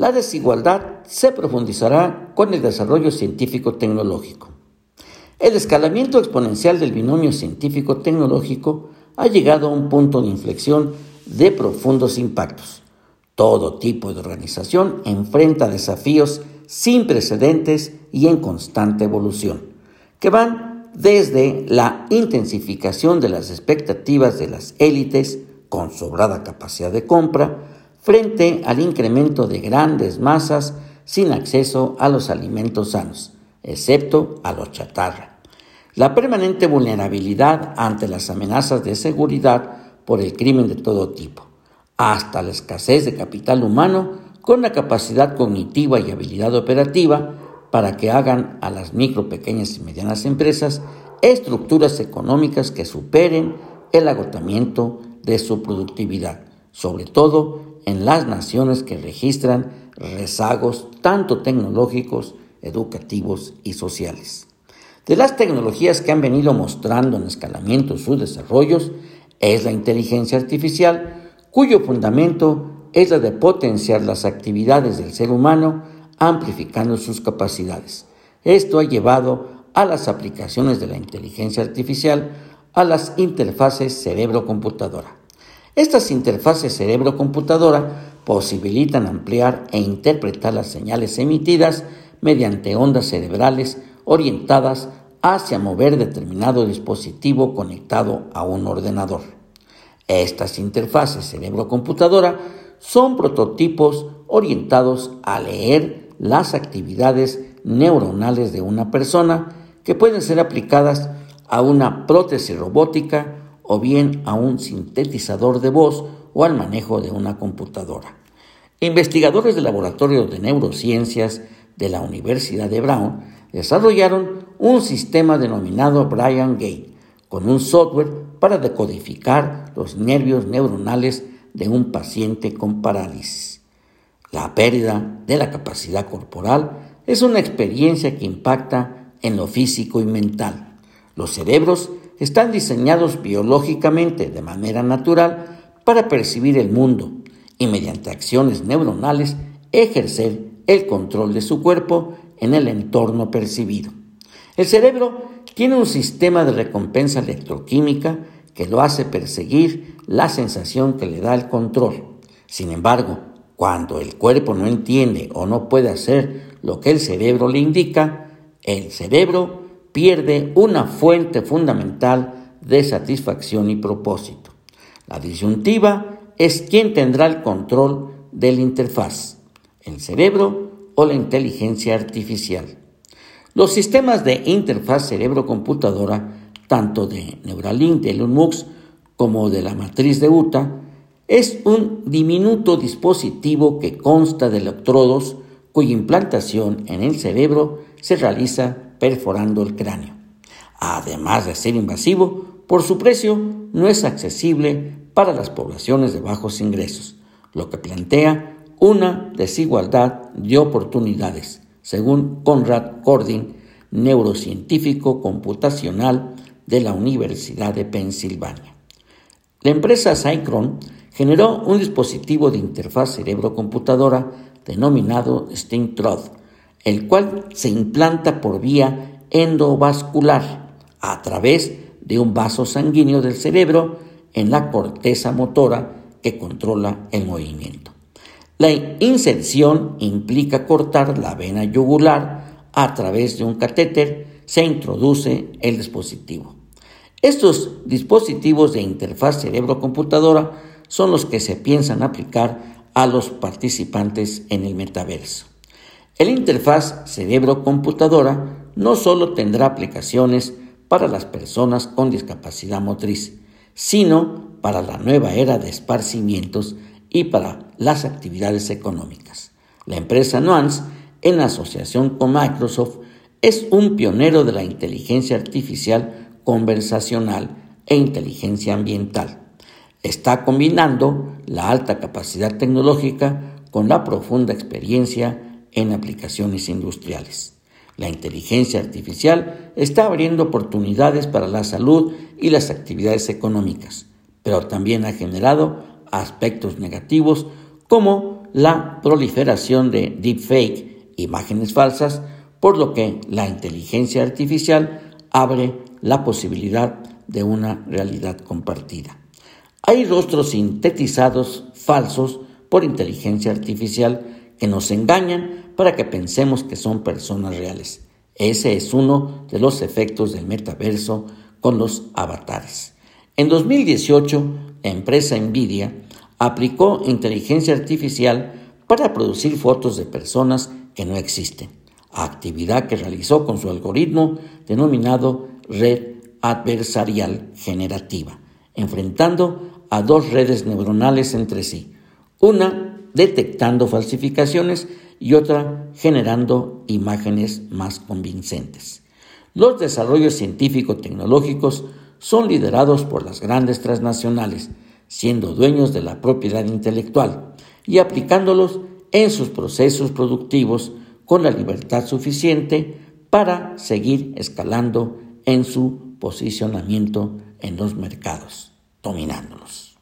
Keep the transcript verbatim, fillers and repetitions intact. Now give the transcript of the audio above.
La desigualdad se profundizará con el desarrollo científico-tecnológico. El escalamiento exponencial del binomio científico-tecnológico ha llegado a un punto de inflexión de profundos impactos. Todo tipo de organización enfrenta desafíos sin precedentes y en constante evolución, que van desde la intensificación de las expectativas de las élites con sobrada capacidad de compra frente al incremento de grandes masas sin acceso a los alimentos sanos, excepto a los chatarra. La permanente vulnerabilidad ante las amenazas de seguridad por el crimen de todo tipo, hasta la escasez de capital humano con la capacidad cognitiva y habilidad operativa para que hagan a las micro, pequeñas y medianas empresas estructuras económicas que superen el agotamiento de su productividad, sobre todo en las naciones que registran rezagos tanto tecnológicos, educativos y sociales. De las tecnologías que han venido mostrando en escalamiento sus desarrollos es la inteligencia artificial, cuyo fundamento es la de potenciar las actividades del ser humano amplificando sus capacidades. Esto ha llevado a las aplicaciones de la inteligencia artificial a las interfaces cerebro-computadora. Estas interfaces cerebro-computadora posibilitan ampliar e interpretar las señales emitidas mediante ondas cerebrales orientadas hacia mover determinado dispositivo conectado a un ordenador. Estas interfaces cerebro-computadora son prototipos orientados a leer las actividades neuronales de una persona que pueden ser aplicadas a una prótesis robótica o bien a un sintetizador de voz o al manejo de una computadora. Investigadores del Laboratorio de Neurociencias de la Universidad de Brown desarrollaron un sistema denominado Brain Gate con un software para decodificar los nervios neuronales de un paciente con parálisis. La pérdida de la capacidad corporal es una experiencia que impacta en lo físico y mental. Los cerebros están diseñados biológicamente de manera natural para percibir el mundo y mediante acciones neuronales ejercer el control de su cuerpo en el entorno percibido. El cerebro tiene un sistema de recompensa electroquímica que lo hace perseguir la sensación que le da el control. Sin embargo, cuando el cuerpo no entiende o no puede hacer lo que el cerebro le indica, el cerebro pierde una fuente fundamental de satisfacción y propósito. La disyuntiva es quién tendrá el control de la interfaz, el cerebro o la inteligencia artificial. Los sistemas de interfaz cerebro-computadora, tanto de Neuralink de Elon Musk como de la matriz de Utah, es un diminuto dispositivo que consta de electrodos cuya implantación en el cerebro se realiza perforando el cráneo. Además de ser invasivo, por su precio no es accesible para las poblaciones de bajos ingresos, lo que plantea una desigualdad de oportunidades, según Conrad Gordon, neurocientífico computacional de la Universidad de Pensilvania. La empresa Synchron generó un dispositivo de interfaz cerebro-computadora denominado StringTrod, el cual se implanta por vía endovascular a través de un vaso sanguíneo del cerebro en la corteza motora que controla el movimiento. La inserción implica cortar la vena yugular a través de un catéter, se introduce el dispositivo. Estos dispositivos de interfaz cerebro-computadora son los que se piensan aplicar a los participantes en el metaverso. El interfaz cerebro-computadora no solo tendrá aplicaciones para las personas con discapacidad motriz, sino para la nueva era de esparcimientos y para las actividades económicas. La empresa Nuance, en asociación con Microsoft, es un pionero de la inteligencia artificial conversacional e inteligencia ambiental. Está combinando la alta capacidad tecnológica con la profunda experiencia en aplicaciones industriales. La inteligencia artificial está abriendo oportunidades para la salud y las actividades económicas, pero también ha generado aspectos negativos como la proliferación de deepfake, imágenes falsas, por lo que la inteligencia artificial abre la posibilidad de una realidad compartida. Hay rostros sintetizados falsos por inteligencia artificial que nos engañan para que pensemos que son personas reales. Ese es uno de los efectos del metaverso con los avatares. En dos mil dieciocho, la empresa Nvidia aplicó inteligencia artificial para producir fotos de personas que no existen, actividad que realizó con su algoritmo denominado red adversarial generativa, enfrentando a dos redes neuronales entre sí, una detectando falsificaciones y otra generando imágenes más convincentes. Los desarrollos científico-tecnológicos son liderados por las grandes transnacionales, siendo dueños de la propiedad intelectual y aplicándolos en sus procesos productivos con la libertad suficiente para seguir escalando en su posicionamiento en los mercados, dominándolos.